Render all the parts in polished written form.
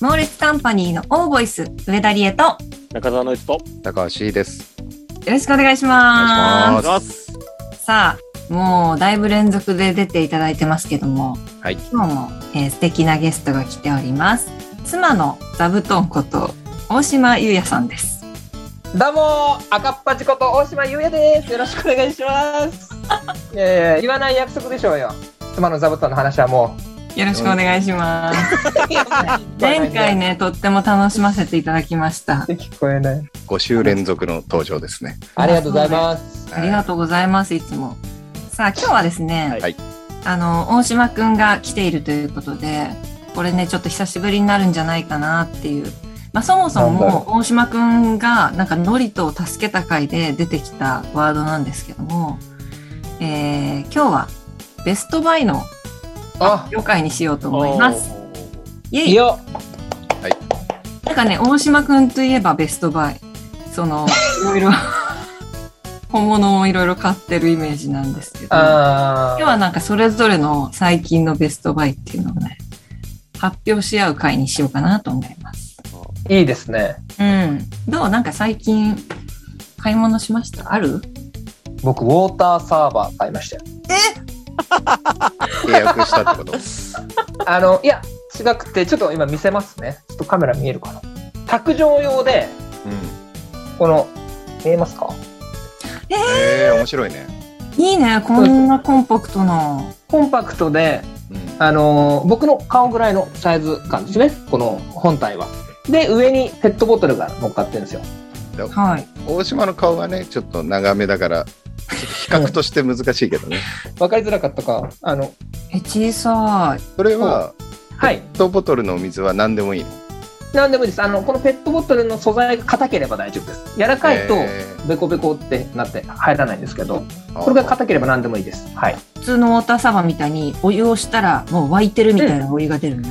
モーレツカンパニーのオーボイス、上田理恵と中澤の一と高橋です。 よろしくお願いします。 お願いします。 さあ、もうだいぶ連続で出ていただいてますけども、 はい、 今日も、素敵なゲストが来ております。妻の座布団こと大島優也さんです。 どうも赤っ端こと大島優也です。よろしくお願いします言わない約束でしょうよ。妻の座布団の話はもうよろしくお願いします前回ね、とっても楽しませていただきました。 聞こえない。 5週連続の登場ですね。 ありがとうございます。 ありがとうございます。いつも。さあ、今日はですね、 はい、 大島くんが来ているということで、これね、ちょっと久しぶりになるんじゃないかなっていう。そもそも大島くんがなんかノリトを助けた回で出てきたワードなんですけども、今日はベストバイの発表会にしようと思います。イエイ。 よ、 はい、 なんかね、大島くんといえばベストバイ、いろいろ本物をいろいろ買ってるイメージなんですけど、今日はなんかそれぞれの最近のベストバイっていうのをね、発表し合う会にしようかなと思います。 いいですね。 うん。どう？なんか最近買い物しました？ある？ 僕ウォーターサーバー買いましたよ。 契約したってこと？ いや違くて、ちょっと今見せますね。ちょっとカメラ見えるかな。卓上用で、この見えますか？ 面白いね。 いいね、こんなコンパクトな。 コンパクトで、僕の顔ぐらいのサイズ感ですね。この本体は。で、上にペットボトルが乗っかってるんですよ。 はい。 大島の顔がね、ちょっと長めだから、ちょっと比較として難しいけどね。 わかりづらかったか。 小さい。 それは、 はい。 ペットボトルのお水は何でもいいの？ 何でもいいです。このペットボトルの素材が硬ければ大丈夫です。柔らかいとベコベコってなって入らないんですけど、これが硬ければ何でもいいです。はい。 普通のウォーターサーバーみたいにお湯をしたらもう沸いてるみたいなお湯が出るの？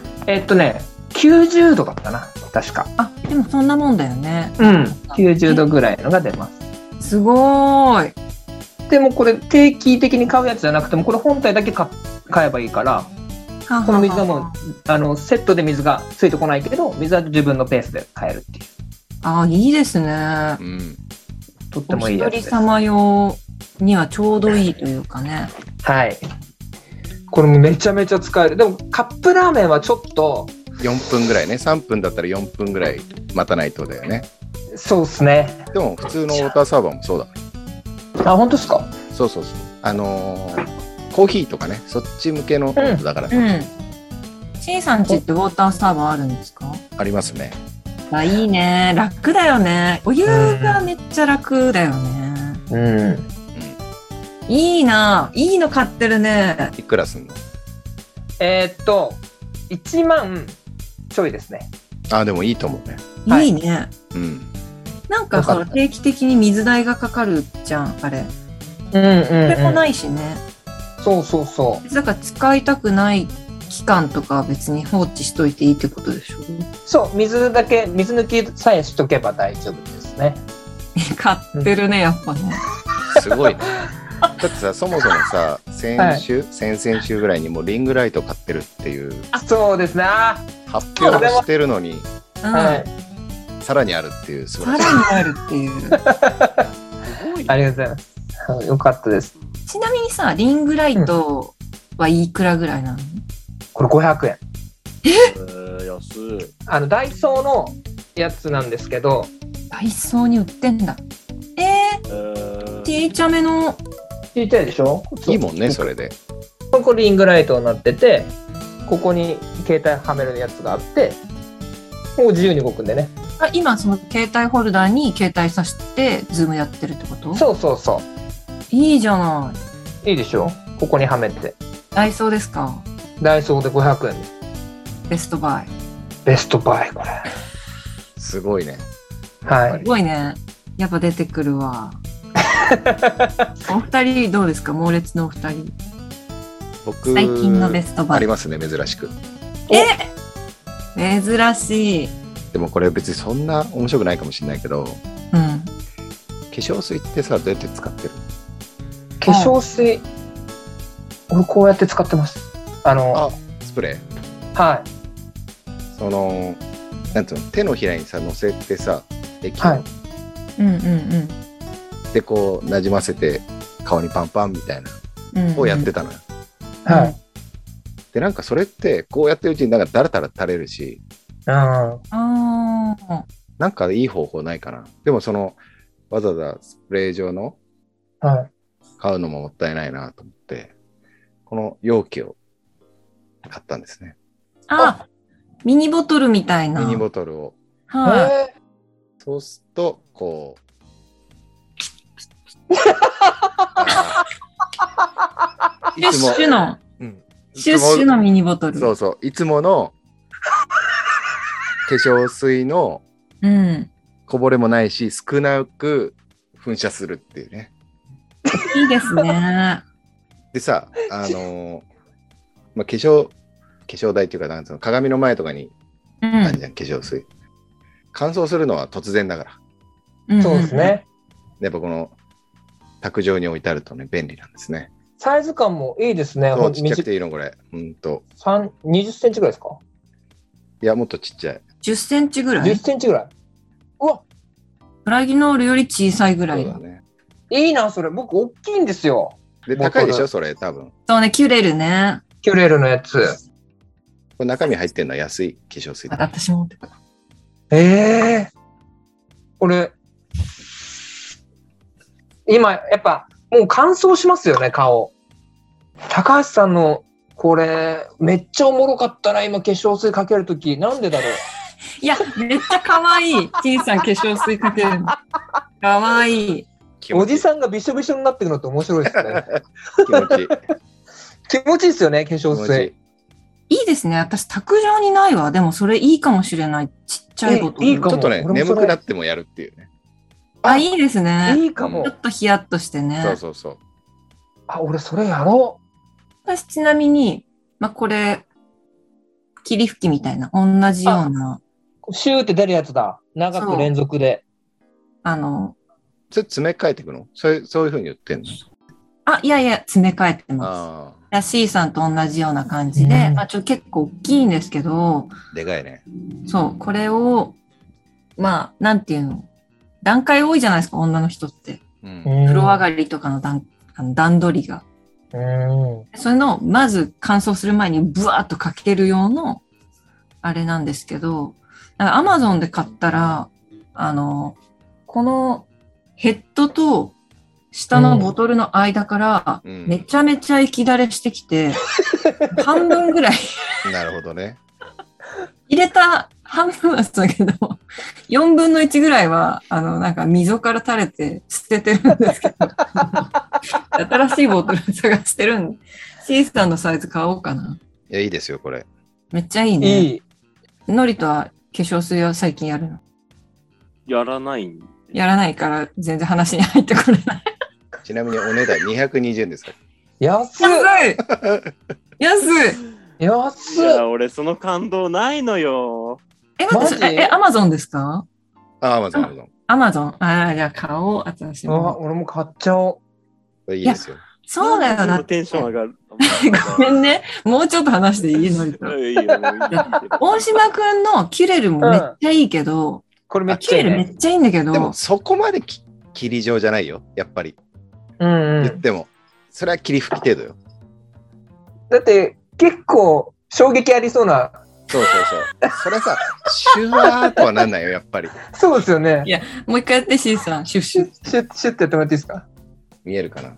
90度だったな、確か。 あ、でもそんなもんだよね。 うん、90度ぐらいのが出ます。 すごーい。 でもこれ定期的に買うやつじゃなくても、これ本体だけ買えばいいから、この水はもうセットで水がついてこないけど、水は自分のペースで買えるっていう。 あ、いいですね。 とってもいいやつです。 お一人様用にはちょうどいいというかね。 はい。これもめちゃめちゃ使える。でもカップラーメンはちょっと 4分ぐらいね。3分だったら4分ぐらい待たないとだよね。 そうですね。 でも普通のウォーターサーバーもそうだね。 あ、本当ですか？ そうそうそう。コーヒーとかね、そっち向けのだからさ。 C さんちってウォーターサーバーあるんですか？ ありますね。 いいね。楽だよね。お湯がめっちゃ楽だよね。いいな。いいの買ってるね。 いくらすんの ？1万ちょいですね。 あ、でもいいと思うね。 いいね。なんかさ、定期的に水代がかかるじゃん、あれ。それもないしね。 そうそうそう。 だから使いたくない期間とか別に放置しといていいってことでしょ？ そう、水抜きさえしとけば大丈夫ですね。 買ってるね、やっぱね。 すごいね。だってさ、そもそもさ、先々週ぐらいにもうリングライト買ってるっていう。 そうですね。 発表もしてるのに、さらにあるっていう。 さらにあるっていう。すごい。ありがとうございます。よかったです。 ちなみにさ、リングライトはいくらぐらいなの？ これ500円。 安い。 ダイソーのやつなんですけど。 ダイソーに売ってんだ。ちいちゃめの。 ちいちゃいでしょ？ いいもんね、それで。 これリングライトになってて、ここに携帯はめるやつがあって、もう自由に動くんでね。 あ、今その携帯ホルダーに携帯挿してズームやってるってこと？ そうそうそう。 いいじゃない。 いいでしょ？ここにはめて。 ダイソーですか？ ダイソーで500円です。 ベストバイ。 ベストバイ、これ。 すごいね。 はい。 すごいね。やっぱ出てくるわ。お二人どうですか？猛烈のお二人。 僕、 最近のベストバイ。 ありますね、珍しく。 珍しい。 でもこれ別にそんな面白くないかもしれないけど、化粧水ってさ、どうやって使ってる？ 化粧水、俺こうやって使ってます。 スプレー？ はい。 そのなんつうの、手のひらにさ乗せてさ、液を、 はい。 うんうんでこうなじませて顔にパンパンみたいなうん。 をやってたのよ。 はい。 でなんかそれってこうやってるうちになんかだらだら垂れるし、 あああ。 なんかいい方法ないかな。でもそのわざわざスプレー状のあ。はい。 買うのももったいないなと思って、この容器を買ったんですね。 あ、ミニボトルみたいな。 ミニボトルを。 はへそうするとこうい。シュッシュの、 うんシュッシュのミニボトル。 そうそう、いつもの化粧水のうん。 こぼれもないし、少なく噴射するっていうね。 いいですね。 でさ、まあ、化粧台っていうか、なんつうの、鏡の前とかにうんあるじゃん、化粧水。乾燥するのは突然だから。 ん。 そうですね。 やっぱこの卓上に置いてあるとね、便利なんですね。 サイズ感もいいですね。 そう、ちっちゃくていいの、これ。 20センチぐらいですかいや、もっとちっちゃい。 10センチぐら ？10 い。 センチぐらい。うわ、 プラギノールより小さいぐらい。 そうだね。 いいな、それ。僕、大きいんですよ。 で、高いでしょ、それ、多分。 そうね、キュレルね。 キュレルのやつ。 これ中身入ってるのは安い化粧水。 私も持ってくる。 これ、今、やっぱ、もう乾燥しますよね、顔。高橋さんの、これ、めっちゃおもろかったな、今、化粧水かけるとき。なんでだろう。 いや、めっちゃ可愛い。金さん化粧水かけるの。可愛い。 おじさんがびしょびしょになっていくのって面白いですね。 気持ちいい。 気持ちいいですよね、化粧気持ちい水。 い。 いいですね。私、卓上にないわ。でも、それいいかもしれない。ちっちゃいボトル。 いいかもちょっとね、 俺もそれ眠くなってもやるっていうね。 あ、いいですね。 いいかもちょ。っとヒヤッとしてね。 そうそうそう。 あ、俺それやろ私、ちなみに、まあ、これ、霧吹きみたいな、同じような、 う。シューって出るやつだ。長く連続で。 それ詰め替えていくの？そういうふうに言ってんの？ いやいや、詰め替えてます。 あ C さんと同じような感じで、 うんまあ、結構大きいんですけど、 あ、でかいね。 そう、これを、まあ、なんていうの、段階多いじゃないですか、女の人って。 うん。 風呂上がりとかの段取りが。それの、まず乾燥する前にブワーッとかける用の、あれなんですけど、アマゾンで買ったら、このヘッドと下のボトルの間からうんめちゃめちゃ液だれしてきて、半分ぐらいなるほどね。 入れた半分はそうだけど、4分の1ぐらいは、なんか溝から垂れて捨ててるんですけど、新しいボトル探してるんで、シーさんのサイズ買おうかな。 いや、いいですよ、これ。 めっちゃいいね。 いい。 ノリとは化粧水は最近やるの？ やらないんで。 やらないから全然話に入ってこれない。 ちなみにお値段220円ですか安い。 安い安い安い。 いや、俺その感動ないのよ。 マジアマゾンですか？ あ、アマゾン。 アマゾン。じゃあ買おう。私も。 俺も買っちゃおう。 これいいですよ。 そうだよ。だって。 テンション上がる。 ごめんね。もうちょっと話していいのにと。 いいよ、いいよ。 大島くんのキュレルもめっちゃいいけど、 これめっキュレルめちゃいいね。 っちゃいいんだけど、 でも、そこまで霧状じゃないよ、やっぱり。 うんうん。 言っても。それは霧吹き程度よ。 だって結構衝撃ありそうな。 そうそうそう。それさ、シュワーとはなんないよ、やっぱり。 そうですよね。 いやもう一回やって、シーさん。シュッシュッ。 シュッシュッってやってもらっていいですか？ 見えるかな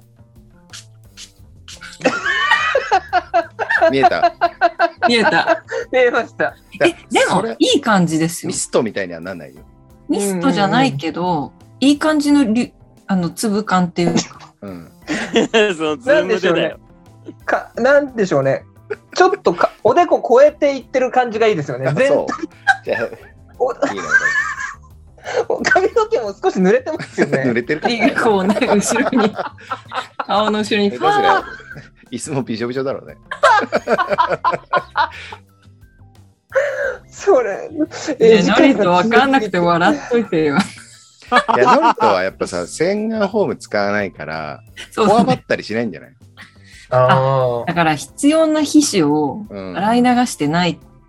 見えた。 見えた。 見えました。 でもそれ、 いい感じですよミ。ストみたいにはなんないよ。 ミストじゃないけど、いい感じの粒感っていうか。 うん。 そのズームでだよ。 なんでしょうね。ちょっとおでこ超えていってる感じがいいですよね。 そう。じゃあ、 おいいね。 髪の毛も少し濡れてますよ濡ね。 れてるかこうね、後ろに、顔の後ろに、 下手すりゃ椅子もびしょびしょだろうね。 それ。 ノリと分かんなくて笑っといてよ。 いや、ノリトはやっぱさ、洗顔フォーム使わないから、 そうそうね。 こわばったりしないんじゃない？ あだから必要な皮脂をうん。 洗い流してない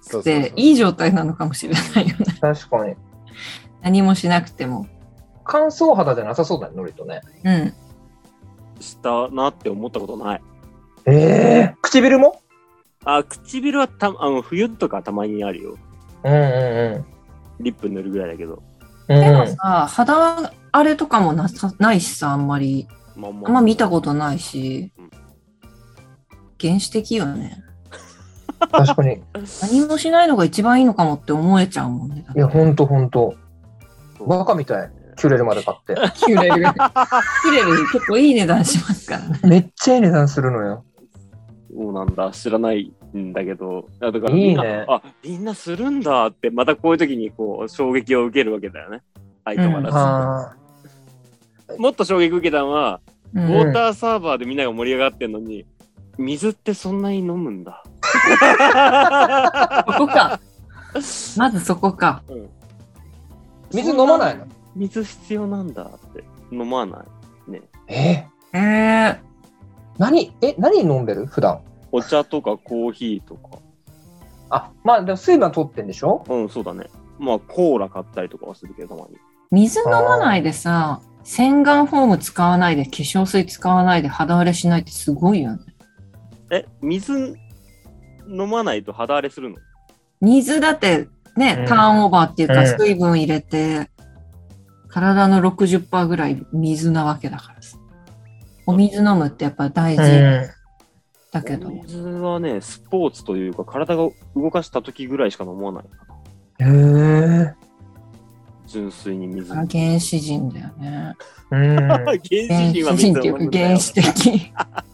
くていい状態なのかもしれないよね。 確かに。 何もしなくても。 乾燥肌じゃなさそうだね、ノリとね。 うん。 したなって思ったことない。 唇も？ 唇は冬とかたまにあるよ。リップ塗るぐらいだけど。 でもさ、肌荒れとかもないしさ、あんまり。あんま見たことないし。原始的よね。 確かに。 何もしないのが一番いいのかもって思えちゃうもんね。 いや、ほんと。バカみたい。キュレルまで買って。 キュレル結構いい値段しますからね。 めっちゃいい値段するのよ。 そうなんだ、知らないんだけど。だからいいね。 みんなするんだって、またこういう時にこう衝撃を受けるわけだよね。相変わらず。もっと衝撃受けたのは、ウォーターサーバーでみんなが盛り上がってんのに、水ってそんなに飲むんだ。 そこか。まずそこか。 水飲まないの？ 水必要なんだって飲まないね。何飲んでる普段？ お茶とかコーヒーとか。 まあでも水分取ってんでしょ？ そうだね。まあコーラ買ったりとかはするけどたまに。 水飲まないでさ、洗顔フォーム使わないで化粧水使わないで肌荒れしないってすごいよね。 水飲まないと肌荒れするの？ 水だってね、ターンオーバーっていうか水分入れて、体の 60% ぐらい水なわけだからさ。お水飲むってやっぱ大事だけど。 水はね、スポーツというか体が動かした時ぐらいしか飲まないかな。純粋に水。 原始人だよね。 原始人は水を飲むんだよ。 原始的。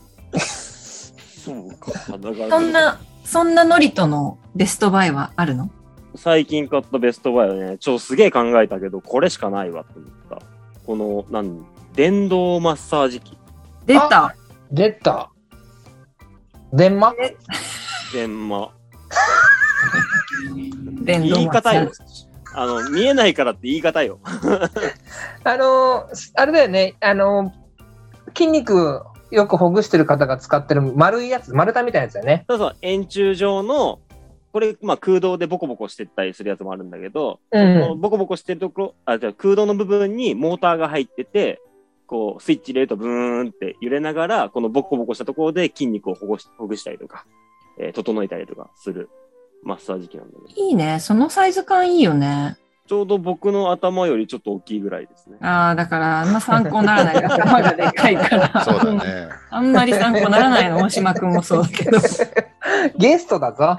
そうか。 そんなノリとのベストバイはあるの？ 最近買ったベストバイはね、すげえ考えたけど、これしかないわって思った。この、電動マッサージ機。 出た。 電マ。 言い方よ。見えないからって言い方よ。 あれだよね。筋肉よくほぐしてる方が使ってる丸いやつ、丸太みたいなやつだよね。 そう、円柱状の、これ、空洞でボコボコしてったりするやつもあるんだけど、ボコボコしてるところ、じゃあ空洞の部分にモーターが入ってて、こう、スイッチ入れるとブーンって揺れながら、このボコボコしたところで筋肉をほぐしたりとか、整えたりとかするマッサージ機なんだけど。 いいね。そのサイズ感いいよね。 ちょうど僕の頭よりちょっと大きいぐらいですね。 だからあんま参考にならない。頭がでかいから。 そうだね。 あんまり参考にならないの、大島くんもそうだけど。 ゲストだぞ。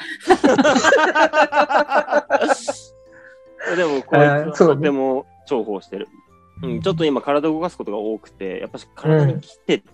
でも、これとても重宝してる。ちょっと今体を動かすことが多くて、やっぱし体に来てって、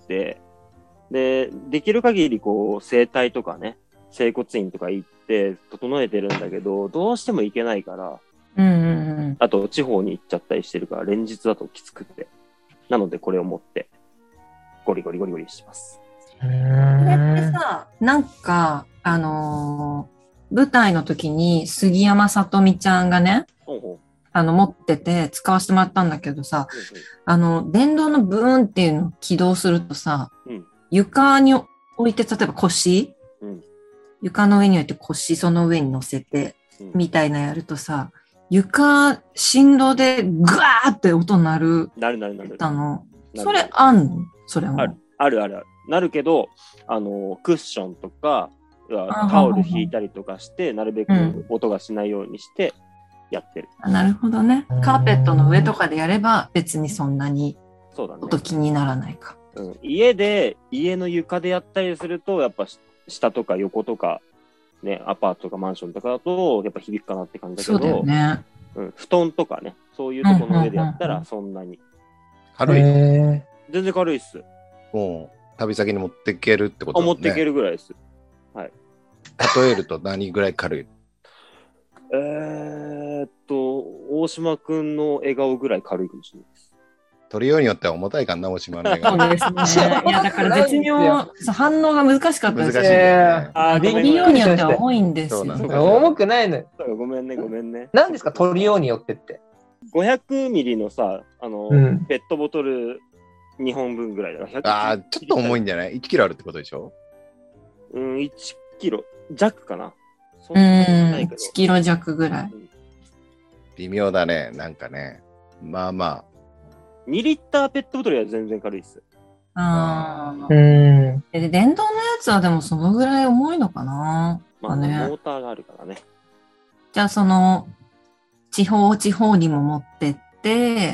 できる限りこう、整体とかね、整骨院とか行って整えてるんだけど、どうしても行けないから、あと地方に行っちゃったりしてるから連日だときつくて、なのでこれを持ってゴリゴリしてます。 これってさ、なんか舞台の時に杉山さとみちゃんがね、持ってて使わせてもらったんだけどさ、電動のブーンっていうのを起動するとさ、床に置いて、例えば腰、床の上に置いて腰その上に乗せて、みたいなやるとさ、床、振動でグワーって音鳴る。 なる。 それあんの？それも。 ある。なるけど、クッションとか、タオル引いたりとかして、なるべく音がしないようにしてやってる。 なるほどね。カーペットの上とかでやれば別にそんなに音気にならないか。 家の床でやったりすると、やっぱ下とか横とか、ね、アパートとかマンションとかだと、やっぱ響くかなって感じだけど、 そうだよね。 布団とかね、そういうところの上でやったら、そんなに。 軽いの？ 全然軽いっす。 もう、旅先に持っていけるってことだね。 持っていけるぐらいです。はい。 例えると何ぐらい軽い？ 大島くんの笑顔ぐらい軽いかもしれないです。 取るようによっては重たいかな、大島の笑顔。 そうですね。いや、だから絶妙、反応が難しかったです。 難しいね。 取るようによっては重いんですよ。 重くないのよ。 ごめんね。 何ですか、取るようによってって。 500ミリのさ、ペットボトル2本分ぐらいだから。 ちょっと重いんじゃない？ 1 キロあるってことでしょ？ 1キロ弱かな。 そんなにないけど。 1キロ弱ぐらい。 微妙だね、なんかね。まあまあ。 2リッターペットボトルは全然軽いです。 ああ。 電動のやつはでもそのぐらい重いのかな。 まあね、モーターがあるからね。 じゃあ地方にも持ってって、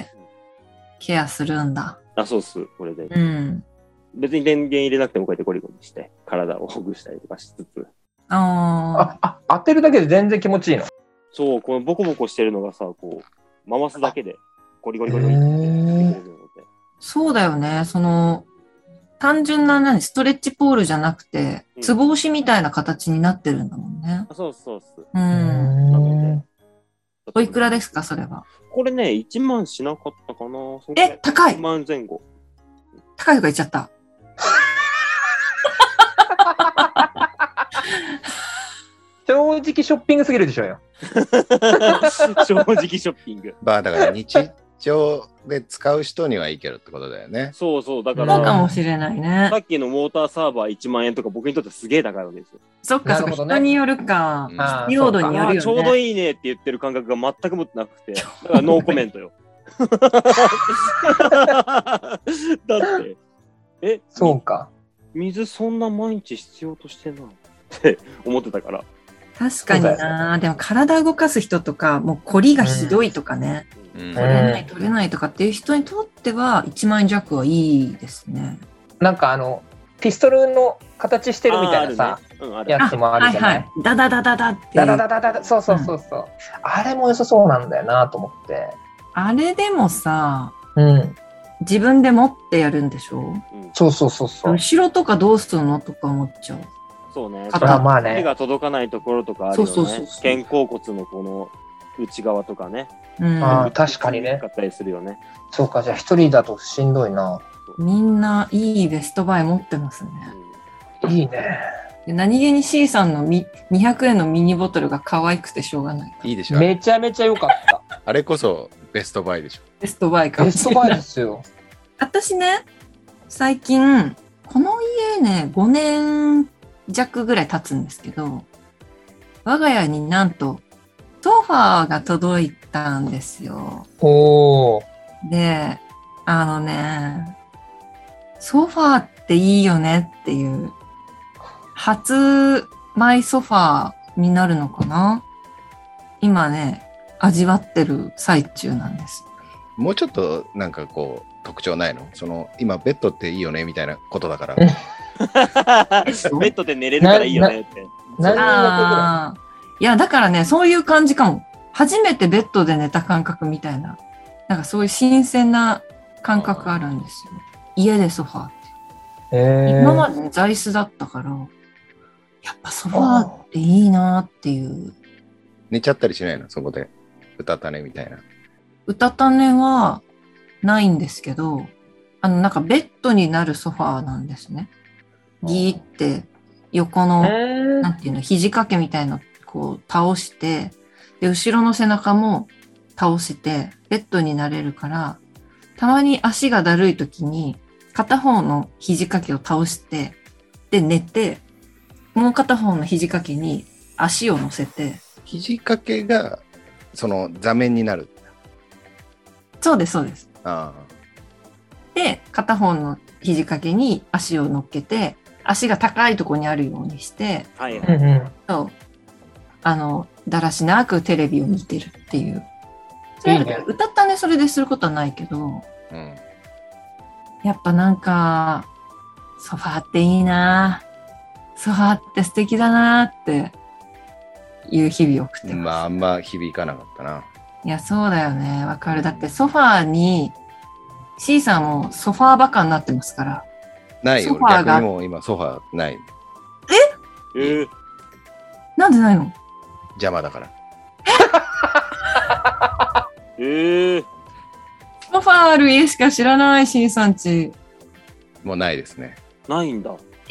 ケアするんだ。 そうっす、これで。 うん。 別に電源入れなくてもこうやってゴリゴリして、体をほぐしたりとかしつつ。 当てるだけで全然気持ちいいの？ そう、このボコボコしてるのがさ、こう、回すだけでゴリゴリゴリゴリって出てくれるので。 そうだよね。単純なストレッチポールじゃなくて、つぼ押しみたいな形になってるんだもんね。 そうそうっす。 なので。おいくらですか、それは。 これね、1万しなかったかな。 高い。 1万前後。 高いとか言っちゃった。 正直ショッピングすぎるでしょうよ。 正直ショッピング。 まあだから日常で使う人にはいいけどってことだよね。 そうそう、だから。 そうかもしれないね。 さっきのウォーターサーバー1万円とか僕にとってすげえ高いわけですよ。 そっか、そっか、人によるか。用途によるよね。 ちょうどいいねって言ってる感覚が全く持ってなくて、だからノーコメントよ。だって、 そうか。 水そんな毎日必要としてないって思ってたから。 確かにな。でも体動かす人とか、もう凝りがひどいとかね。取れないとかっていう人にとっては1万円弱はいいですね。 なんかピストルの形してるみたいなさ、やつもあるじゃない。 ダダダダダって。 ダダダダダ、そう。あれも良さそうなんだよなと思って。 あれでもさ、自分で持ってやるんでしょ？ そう。 後ろとかどうするのとか思っちゃう。 そうね。 まあね。 手が届かないところとかあるよね。肩甲骨のこの内側とかね。 確かにね。 使ったりするよね。 そうか、じゃあ一人だとしんどいな。 みんないいベストバイ持ってますね。 いいね。 何気に C さんの200円のミニボトルが可愛くてしょうがない。 いいでしょ。 めちゃめちゃ良かった。 あれこそベストバイでしょ。 ベストバイか。 ベストバイですよ。 私ね、最近、この家ね、5年弱ぐらい経つんですけど、我が家になんとソファーが届いたんですよ。で、ソファーっていいよねっていう、初マイソファーになるのかな？今ね、味わってる最中なんです。 もうちょっとなんかこう特徴ないの？今ベッドっていいよねみたいなことだから。ベッドで寝れるからいいよねって。 いや、だからね、そういう感じかも。初めてベッドで寝た感覚みたいな。なんかそういう新鮮な感覚あるんですよ。家でソファーって。今まで、ね、座椅子だったから、やっぱソファーっていいなっていう。 寝ちゃったりしないの？そこで。うたた寝みたいな。 うたた寝はないんですけど、なんかベッドになるソファーなんですね。ギーって横の、なんていうの、肘掛けみたいなこう倒して、で、後ろの背中も倒して、ベッドになれるから、たまに足がだるい時に、片方の肘掛けを倒して、で、寝て、もう片方の肘掛けに足を乗せて。 肘掛けが、座面になる。 そうです、そうです。で、片方の肘掛けに足を乗っけて、足が高いところにあるようにして、そうだらしなくテレビを見てるっていう。それだけ歌ったね、それですることはないけど、やっぱなんか、ソファーっていいな、ソファーって素敵だなっていう日々を送ってます。 あんま響かなかったな。 いや、そうだよね。わかる。だってソファーに、C さんもソファーバカになってますから。 ないよ、逆にもう今ソファーない。 なんでないの？ 邪魔だから。 ソファーある家しか知らない C さんち。 もうないですね。 ないんだ。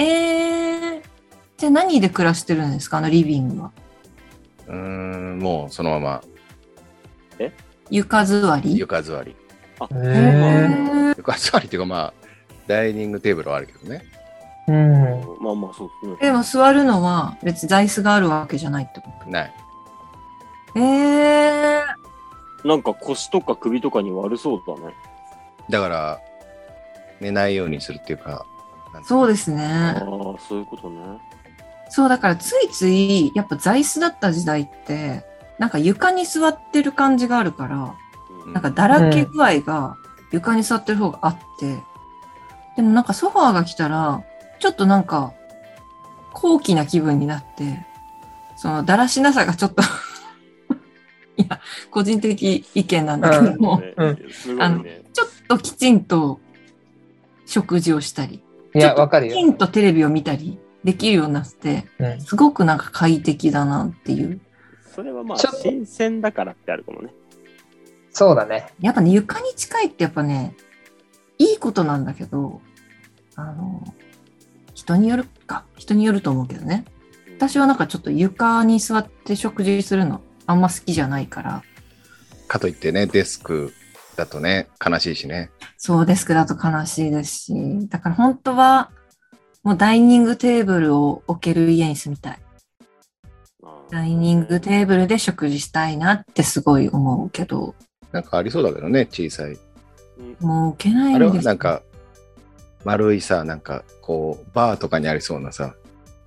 じゃあ何で暮らしてるんですか？リビングは。 もうそのまま。 床座り？ 床座り。 床座りっていうかダイニングテーブルはあるけどね。 うん。 まあまあそうですね。 でも座るのは別に座椅子があるわけじゃないってこと？ ない。 なんか腰とか首とかに悪そうだね。 だから寝ないようにするっていうか。 そうですね。 ああ、そういうことね。 そうだからついついやっぱ座椅子だった時代ってなんか床に座ってる感じがあるから、なんかだらけ具合が床に座ってる方があって、でもなんかソファーが来たらちょっとなんか高貴な気分になって、そのだらしなさがちょっといや個人的意見なんだけども、ちょっときちんと食事をしたり、 いやわかるよ。 きちんとテレビを見たりできるようになって、すごくなんか快適だなっていう。 それはまあ新鮮だからってあるかもね。 そうだね。 やっぱね、床に近いってやっぱね、いいことなんだけど、人によると思うけどね。私はなんかちょっと床に座って食事するのあんま好きじゃないから。 かといってね、デスクだとね、悲しいしね。 そう、デスクだと悲しいですし、だから本当はもうダイニングテーブルを置ける家に住みたい。ダイニングテーブルで食事したいなってすごい思うけど。 なんかありそうだけどね、小さい。 もう置けないんです。 あれはなんか丸いさ、なんかこうバーとかにありそうなさ。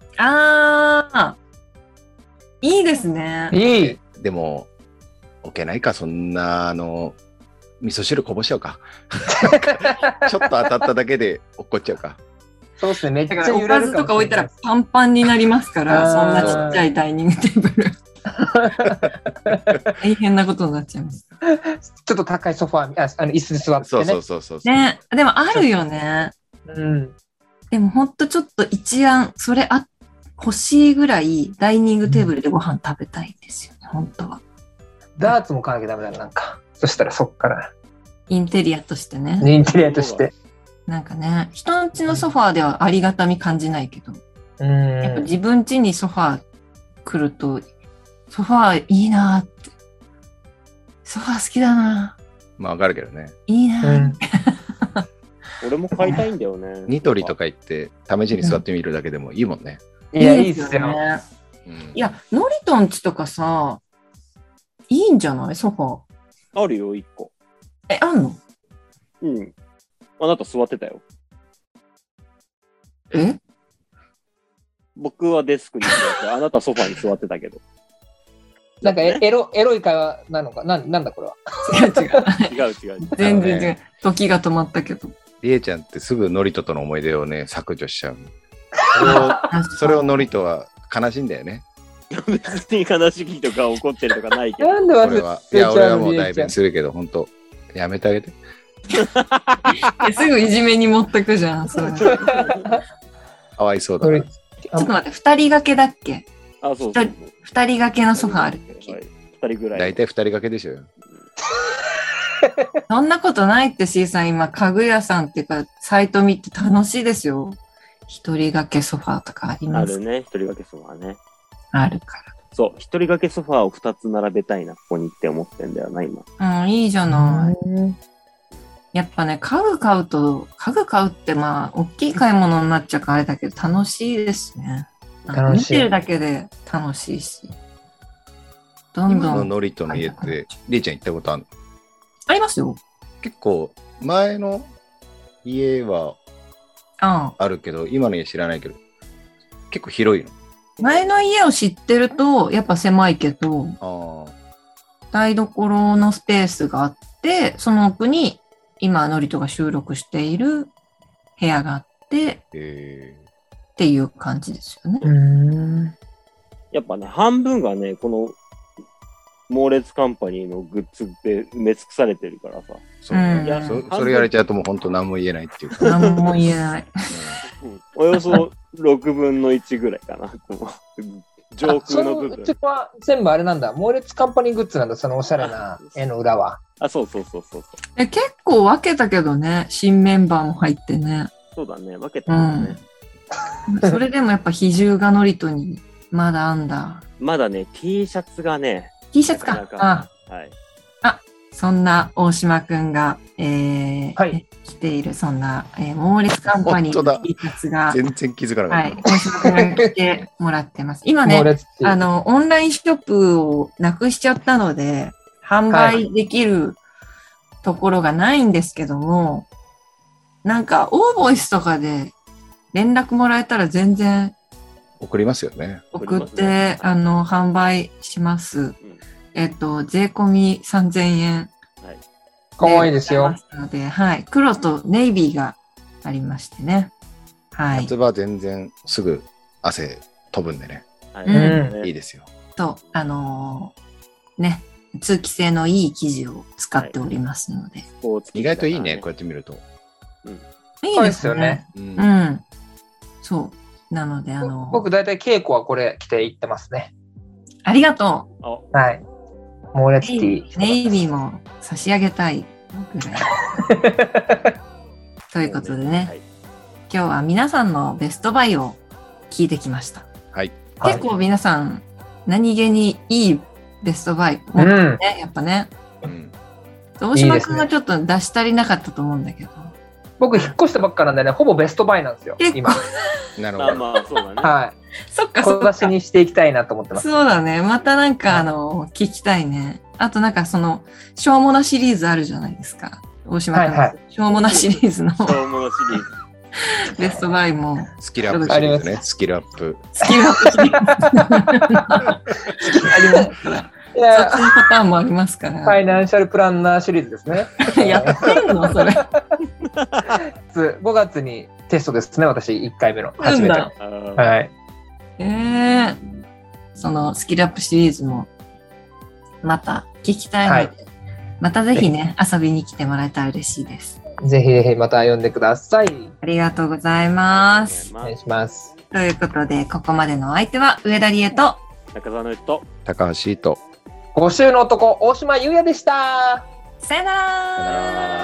いいですね。 いい。 でも置けないか、そんな味噌汁こぼしちゃうか。ちょっと当たっただけで落っこっちゃうか。 そうですね、めっちゃおかずとか置いたらパンパンになりますから、そんなちっちゃいダイニングテーブル。大変なことになっちゃいます。 ちょっと高いソファー、椅子に座ってね。 そう。 ね、でもあるよね。でもほんとちょっと一案、それ欲しいぐらいダイニングテーブルでご飯食べたいんですよね、本当は。 ダーツも買わなきゃダメだな、なんか。そしたらそっから。 インテリアとしてね。 インテリアとして。 なんかね、人ん家のソファーではありがたみ感じないけど、やっぱ自分家にソファー来ると、ソファーいいなって。ソファー好きだな。 まあわかるけどね。 いいな、 俺も買いたいんだよね。 ニトリとか行って試しに座ってみるだけでもいいもんね。 いや、いいっすよね。 いや、ノリトン家とかさ、いいんじゃないソファー。あるよ、1個。 あんの？ うん。あなた座ってたよ。僕はデスクに座って、あなたソファーに座ってたけど。 なんかエロい会話なのかなんだこれは。 違う。 全然違う。時が止まったけど。 りえちゃんってすぐノリトとの思い出をね、削除しちゃう。それをノリトは悲しいんだよね。 別に悲しいとか怒ってるとかないけど。 なんで俺はもう代弁するけど、本当やめてあげて。 すぐいじめに持ってくじゃん。それかわいそうだな。 ちょっと待って、2人掛けだっけ？ あ、そう。 2人掛けのソファーあるっけ ？2人ぐらい。 大体2人掛けでしょ。 そんなことないって C さん、今家具屋さんっていうかサイト見て楽しいですよ。一人掛けソファーとかあります。 あるね、一人掛けソファーね。 あるから。 そう、一人掛けソファーを2つ並べたいな、ここにって思ってんだよな、今。 いいじゃない。やっぱね、家具買うってまあ、大きい買い物になっちゃうからあれだけど、楽しいですね。見てるだけで楽しいし。どんどん。 今のノリトの家って、りえちゃん行ったことあるの？ ありますよ。 結構、前の家はあるけど、今の家知らないけど、結構広いの？ 前の家を知ってると、やっぱ狭いけど、台所のスペースがあって、その奥に今、ノリトが収録している部屋があって、っていう感じですよね。 やっぱね、半分がね、この猛烈カンパニーのグッズで埋め尽くされてるからさ。 それやれちゃうともう本当何も言えないっていうか。 何も言えない。 およそ6分の1ぐらいかな。上空の部分。 そこは全部あれなんだ。猛烈カンパニーグッズなんだ、そのおしゃれな絵の裏は。 そう。結構分けたけどね、新メンバーも入ってね。 そうだね、分けたね。 それでもやっぱ比重がノリトにまだあんだ。 まだね、T シャツがね。 T シャツか。 そんな大島くんが、 はい来ている、そんな、モーレツカンパニーの T シャツが、 全然気づかなかはった。 い、大島くんが来てもらってます。今ね、オンラインショップをなくしちゃったので、販売できるところがないんですけども、なんか、オーボイスとかで連絡もらえたら全然送りますよね。 送って、販売します。税込み3000円。 かわいいですよ。 ので、はい。黒とネイビーがありましてね。はい。 夏場全然すぐ汗飛ぶんでね。いいですよ。 と、ね、通気性のいい生地を使っておりますので。 意外といいね、こうやって見ると。 いいですよね。うん。そう。なので、 僕大体稽古はこれ着ていってますね。 ありがとう。はい。モーレツティー。 ネイビーも差し上げたいぐらい。ということでね、今日は皆さんのベストバイを聞いてきました。 はい。 結構皆さん、何気にいいベストバイ持ってね、やっぱね。大島君はちょっと出し足りなかったと思うんだけど。 僕引っ越したばっかなんでね、ほぼベストバイなんですよ、今。 なるほど。 まあ、そうだね。 はい。 そっか、 小出しにしていきたいなと思ってます。 そうだね。またなんか、聞きたいね。あとなんかしょうもなシリーズあるじゃないですか。大島君。しょうもなシリーズの。 しょうもなシリーズ。 ベストバイも。 スキルアップシリーズね。スキルアップ。 スキルアップシリーズ。ありますから。そっちのパターンもありますから。 ファイナンシャルプランナーシリーズですね。 やってんのそれ。 5月にテストですね、私、1回目の。初めての。はい。 そのスキルアップシリーズも、また聞きたいので、またぜひね、遊びに来てもらえたら嬉しいです。 ぜひぜひまた呼んでください。 ありがとうございます。 お願いします。 ということで、ここまでのお相手は、上田理恵と、 中澤の人と、 高橋と、 5週の男、大島優也でした。 さよなら。